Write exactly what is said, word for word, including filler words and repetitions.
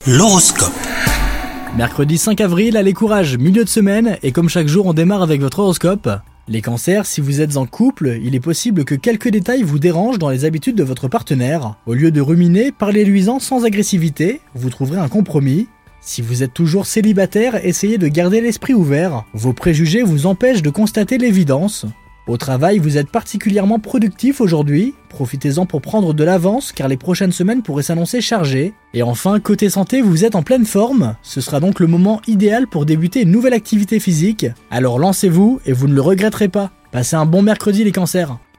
L'horoscope. Mercredi cinq avril, allez courage, milieu de semaine, et comme chaque jour on démarre avec votre horoscope. Les cancers, si vous êtes en couple, il est possible que quelques détails vous dérangent dans les habitudes de votre partenaire. Au lieu de ruminer, parlez-lui-en sans agressivité, vous trouverez un compromis. Si vous êtes toujours célibataire, essayez de garder l'esprit ouvert. Vos préjugés vous empêchent de constater l'évidence. Au travail, vous êtes particulièrement productif aujourd'hui. Profitez-en pour prendre de l'avance car les prochaines semaines pourraient s'annoncer chargées. Et enfin, côté santé, vous êtes en pleine forme. Ce sera donc le moment idéal pour débuter une nouvelle activité physique. Alors lancez-vous et vous ne le regretterez pas. Passez un bon mercredi les cancers.